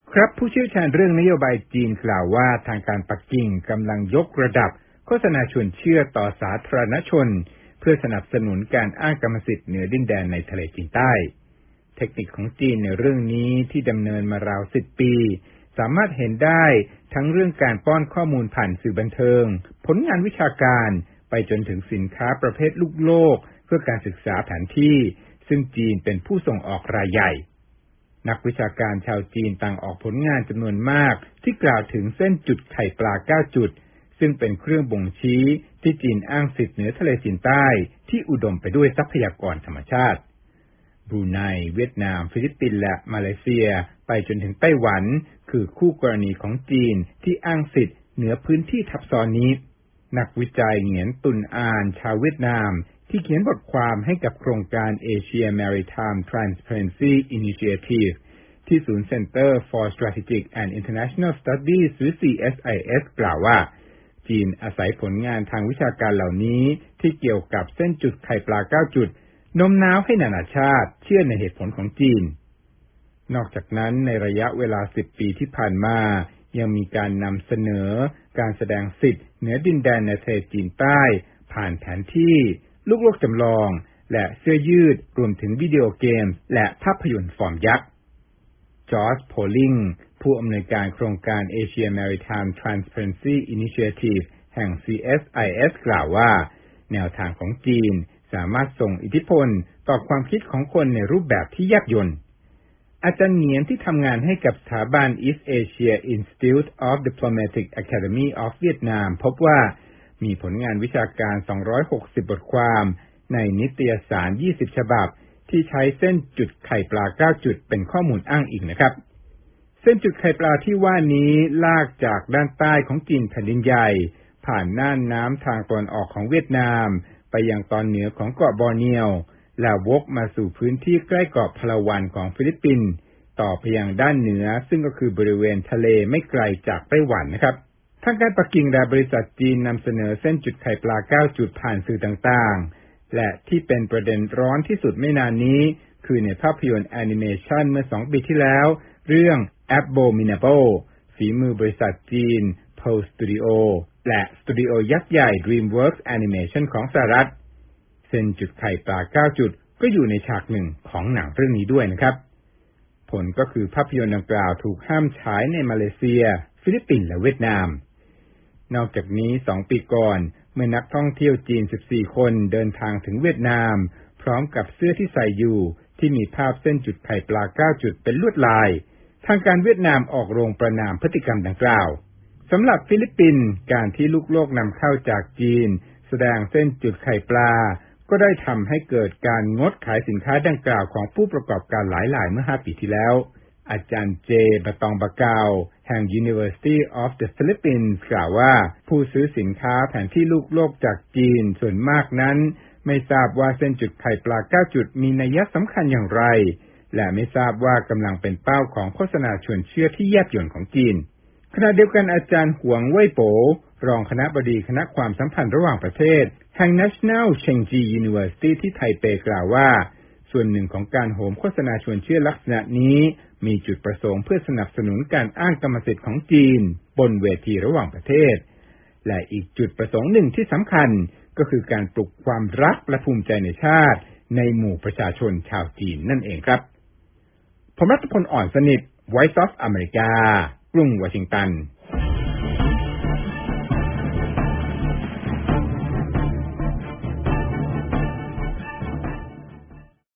ครับผู้เชี่ยวชาญเรื่องนโยบายจีนกล่าวว่าทางการปักกิ่งกำลังยกระดับโฆษณาชวนเชื่อต่อสาธารณชนเพื่อสนับสนุนการอ้างกรรมสิทธิ์เหนือดินแดนในทะเลจีนใต้เทคนิคของจีนในเรื่องนี้ที่ดำเนินมาราว10 ปีสามารถเห็นได้ทั้งเรื่องการป้อนข้อมูลผ่านสื่อบันเทิงผลงานวิชาการไปจนถึงสินค้าประเภทลูกโลกเพื่อการศึกษาแผนที่ซึ่งจีนเป็นผู้ส่งออกรายใหญ่นักวิชาการชาวจีนต่างออกผลงานจำนวนมากที่กล่าวถึงเส้นจุดไข่ปลา9 จุดซึ่งเป็นเครื่องบ่งชี้ที่จีนอ้างสิทธิเหนือทะเลจีนใต้ที่อุดมไปด้วยทรัพยากรธรรมชาติบรูไนเวียดนามฟิลิปปินส์และมาเลเซียไปจนถึงไต้หวันคือคู่กรณีของจีนที่อ้างสิทธิเหนือพื้นที่ทับซ้อนนี้นักวิจัยเหงียนตุนอานชาวเวียดนามที่เขียนบทความให้กับโครงการ Asia Maritime Transparency Initiative ที่ศูนย์ Center for Strategic and International Studies หรือ CSIS กล่าวว่าจีนอาศัยผลงานทางวิชาการเหล่านี้ที่เกี่ยวกับเส้นจุดไข่ปลา9 จุดโน้มน้าวให้นานาชาติเชื่อในเหตุผลของจีนนอกจากนั้นในระยะเวลา10 ปีที่ผ่านมายังมีการนำเสนอการแสดงสิทธิ์เหนือดินแดนในทะเลจีนใต้ผ่านแผนที่ลูกโลกจำลองและเสื้อยืดรวมถึงวิดีโอเกมและภาพยนตร์ฟอร์มยักษ์จอร์จโพลิงผู้อำนวยการโครงการ Asia Maritime Transparency Initiative แห่ง CSIS กล่าวว่าแนวทางของจีนสามารถส่งอิทธิพลต่อความคิดของคนในรูปแบบที่แยบยลอาจารย์เหงียนที่ทำงานให้กับสถาบัน East Asia Institute of Diplomatic Academy of Vietnam พบว่ามีผลงานวิชาการ260 บทความในนิตยสาร 20 ฉบับที่ใช้เส้นจุดไข่ปลา9 จุดเป็นข้อมูลอ้างอิงนะครับเส้นจุดไข่ปลาที่ว่านี้ลากจากด้านใต้ของจีนแผ่นดินใหญ่ผ่านน่านน้ำทางตะวันออกของเวียดนามไปยังตอนเหนือของเกาะบอร์เนียวและวกมาสู่พื้นที่ใกล้เกาะพะลาวันของฟิลิปปินส์ต่อไปยังด้านเหนือซึ่งก็คือบริเวณทะเลไม่ไกลจากไต้หวันนะครับทางการปักกิ่งและบริษัทจีนนำเสนอเส้นจุดไข่ปลา9 จุดผ่านสื่อต่างๆและที่เป็นประเด็นร้อนที่สุดไม่นานนี้คือในภาพยนตร์แอนิเมชันเมื่อ2 ปีที่แล้วเรื่อง Abominable ฝีมือบริษัทจีน Pearl Studio และสตูดิโอยักษ์ใหญ่ DreamWorks Animation ของสหรัฐเส้นจุดไข่ปลา9 จุดก็อยู่ในฉากหนึ่งของหนังเรื่องนี้ด้วยนะครับผลก็คือภาพยนตร์ดังกล่าวถูกห้ามฉายในมาเลเซียฟิลิปปินส์และเวียดนามนอกจากนี้2 ปีก่อนเมื่อนักท่องเที่ยวจีน14 คนเดินทางถึงเวียดนามพร้อมกับเสื้อที่ใส่อยู่ที่มีภาพเส้นจุดไข่ปลา9 จุดเป็นลวดลายทางการเวียดนามออกโรงประณามพฤติกรรมดังกล่าวสำหรับฟิลิปปินส์การที่ลูกโลกนำเข้าจากจีนแสดงเส้นจุดไข่ปลาก็ได้ทำให้เกิดการงดขายสินค้าดังกล่าวของผู้ประกอบการหลายรายเมื่อ5 ปีที่แล้วอาจารย์เจบะตองบะเกาแห่ง University of the Philippines กล่าวว่าผู้ซื้อสินค้าแผนที่ลูกโลกจากจีนส่วนมากนั้นไม่ทราบว่าเส้นจุดไข่ปลา9 จุดมีนัยสำคัญอย่างไรและไม่ทราบว่ากำลังเป็นเป้าของโฆษณาชวนเชื่อที่แยบยลของจีนขณะเดียวกันอาจารย์หวงเว่ยโป๋รองคณบดีคณะความสัมพันธ์ระหว่างประเทศแห่ง National Chengchi University ที่ไทเปกล่าวว่าส่วนหนึ่งของการโหมโฆษณาชวนเชื่อลักษณะนี้มีจุดประสงค์เพื่อสนับสนุนการอ้างกรรมสิทธิ์ของจีนบนเวทีระหว่างประเทศและอีกจุดประสงค์หนึ่งที่สำคัญก็คือการปลุกความรักและภูมิใจในชาติในหมู่ประชาชนชาวจีนนั่นเองครับผมรัตพล อ่อนสนิท Voice of America กรุงวอชิงตัน